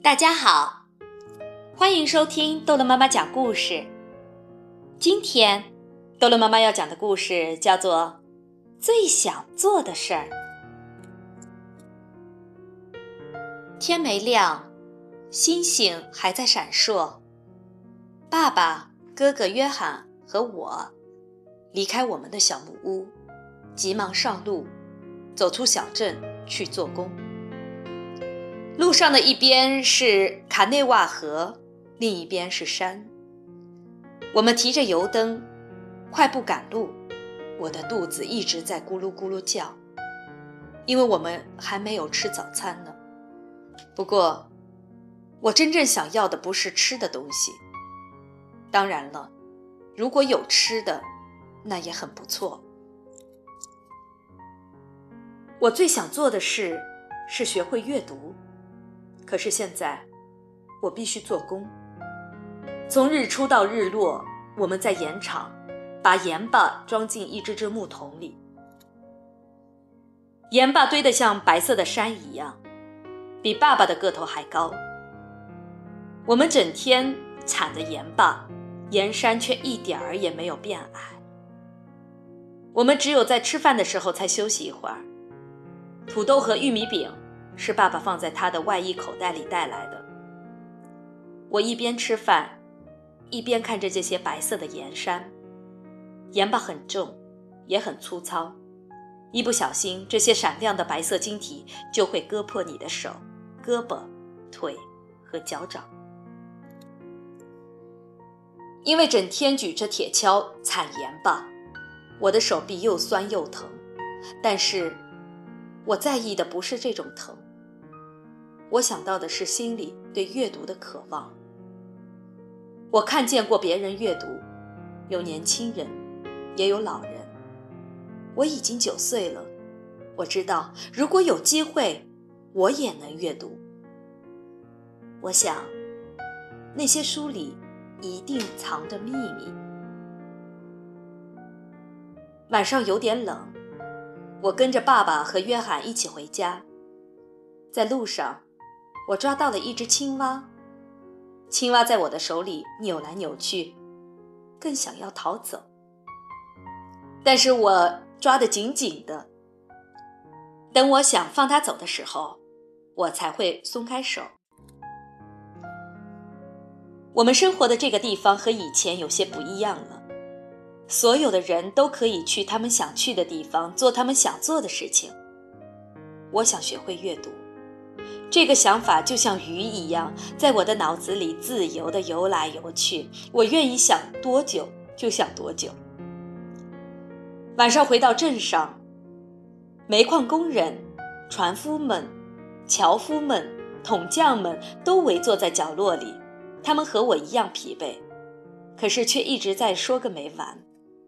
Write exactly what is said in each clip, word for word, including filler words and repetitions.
大家好，欢迎收听逗乐妈妈讲故事。今天逗乐妈妈要讲的故事叫做最想做的事儿。天没亮，星星还在闪烁。爸爸、哥哥约翰和我离开我们的小木屋，急忙上路，走出小镇去做工。路上的一边是卡内瓦河，另一边是山。我们提着油灯，快步赶路，我的肚子一直在咕噜咕噜叫，因为我们还没有吃早餐呢。不过，我真正想要的不是吃的东西。当然了，如果有吃的，那也很不错。我最想做的事是学会阅读。可是现在，我必须做工。从日出到日落，我们在盐场把盐巴装进一只只木桶里。盐巴堆得像白色的山一样，比爸爸的个头还高。我们整天铲着盐巴，盐山却一点儿也没有变矮。我们只有在吃饭的时候才休息一会儿。土豆和玉米饼是爸爸放在他的外衣口袋里带来的。我一边吃饭，一边看着这些白色的盐山。盐巴很重，也很粗糙，一不小心，这些闪亮的白色晶体就会割破你的手、胳膊、腿和脚掌。因为整天举着铁锹铲盐巴，我的手臂又酸又疼，但是我在意的不是这种疼，我想到的是心里对阅读的渴望。我看见过别人阅读，有年轻人，也有老人。我已经九岁了，我知道如果有机会，我也能阅读。我想，那些书里一定藏着秘密。晚上有点冷，我跟着爸爸和约翰一起回家。在路上，我抓到了一只青蛙，青蛙在我的手里扭来扭去，更想要逃走。但是我抓得紧紧的，等我想放它走的时候，我才会松开手。我们生活的这个地方和以前有些不一样了，所有的人都可以去他们想去的地方，做他们想做的事情。我想学会阅读，这个想法就像鱼一样，在我的脑子里自由地游来游去，我愿意想多久就想多久。晚上回到镇上，煤矿工人、船夫们、樵夫们、桶匠们都围坐在角落里，他们和我一样疲惫，可是却一直在说个没完。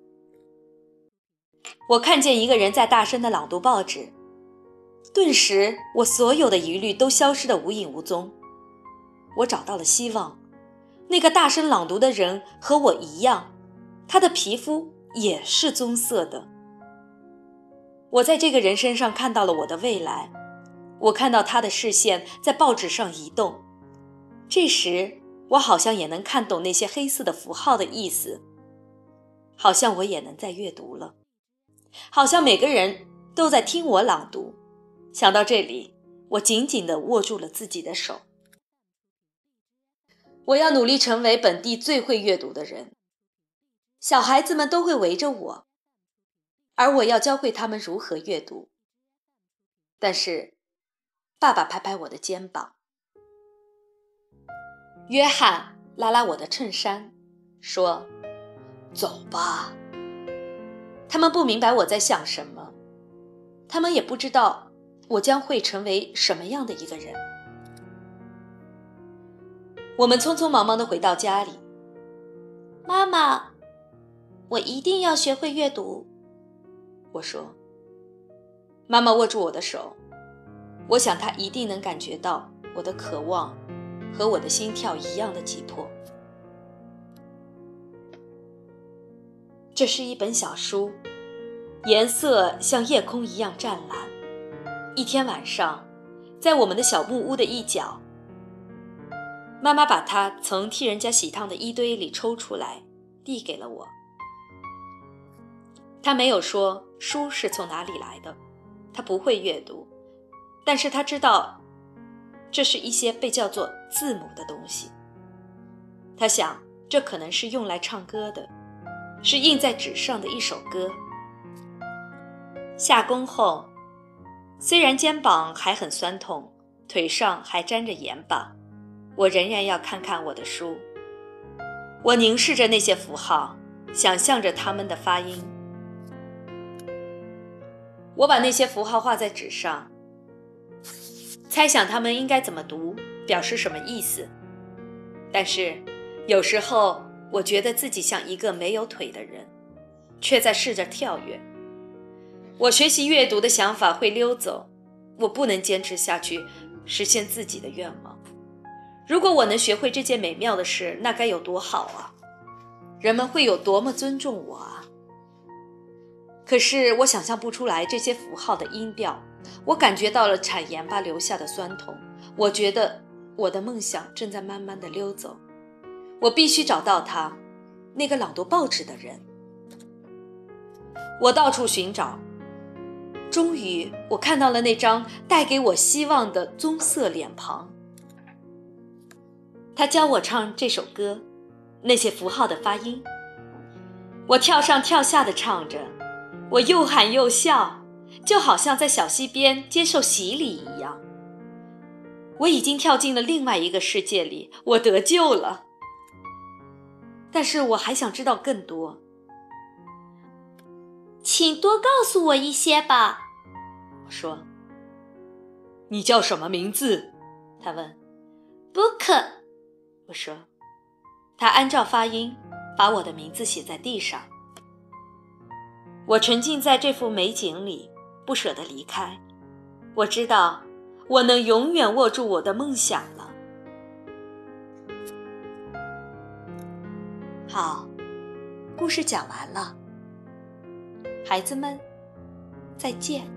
我看见一个人在大声地朗读报纸，顿时我所有的疑虑都消失得无影无踪。我找到了希望，那个大声朗读的人和我一样，他的皮肤也是棕色的。我在这个人身上看到了我的未来，我看到他的视线在报纸上移动。这时我好像也能看懂那些黑色的符号的意思，好像我也能在阅读了，好像每个人都在听我朗读。想到这里，我紧紧地握住了自己的手。我要努力成为本地最会阅读的人，小孩子们都会围着我，而我要教会他们如何阅读。但是，爸爸拍拍我的肩膀，约翰拉拉我的衬衫，说：“走吧。”他们不明白我在想什么，他们也不知道我将会成为什么样的一个人。我们匆匆忙忙地回到家里。妈妈，我一定要学会阅读，我说。妈妈握住我的手，我想她一定能感觉到我的渴望和我的心跳一样的急迫。这是一本小书，颜色像夜空一样湛蓝。一天晚上，在我们的小木屋的一角， 妈妈把它从替人家洗烫的衣堆里抽出来，递给了我。她没有说书是从哪里来的，她不会阅读，但是她知道这是一些被叫做字母的东西。她想，这可能是用来唱歌的，是印在纸上的一首歌。下工后，虽然肩膀还很酸痛，腿上还沾着盐巴，我仍然要看看我的书。我凝视着那些符号，想象着它们的发音。我把那些符号画在纸上，猜想它们应该怎么读，表示什么意思。但是有时候我觉得自己像一个没有腿的人，却在试着跳跃。我学习阅读的想法会溜走，我不能坚持下去，实现自己的愿望。如果我能学会这件美妙的事，那该有多好啊！人们会有多么尊重我啊！可是我想象不出来这些符号的音调，我感觉到了产盐巴留下的酸痛，我觉得我的梦想正在慢慢地溜走。我必须找到他，那个朗读报纸的人。我到处寻找，终于我看到了那张带给我希望的棕色脸庞。他教我唱这首歌，那些符号的发音。我跳上跳下地唱着，我又喊又笑，就好像在小溪边接受洗礼一样。我已经跳进了另外一个世界里，我得救了。但是我还想知道更多。请多告诉我一些吧，我说。你叫什么名字？他问。Book， 我说。他按照发音把我的名字写在地上。我沉浸在这幅美景里，不舍得离开。我知道我能永远握住我的梦想了。好，故事讲完了，孩子们，再见。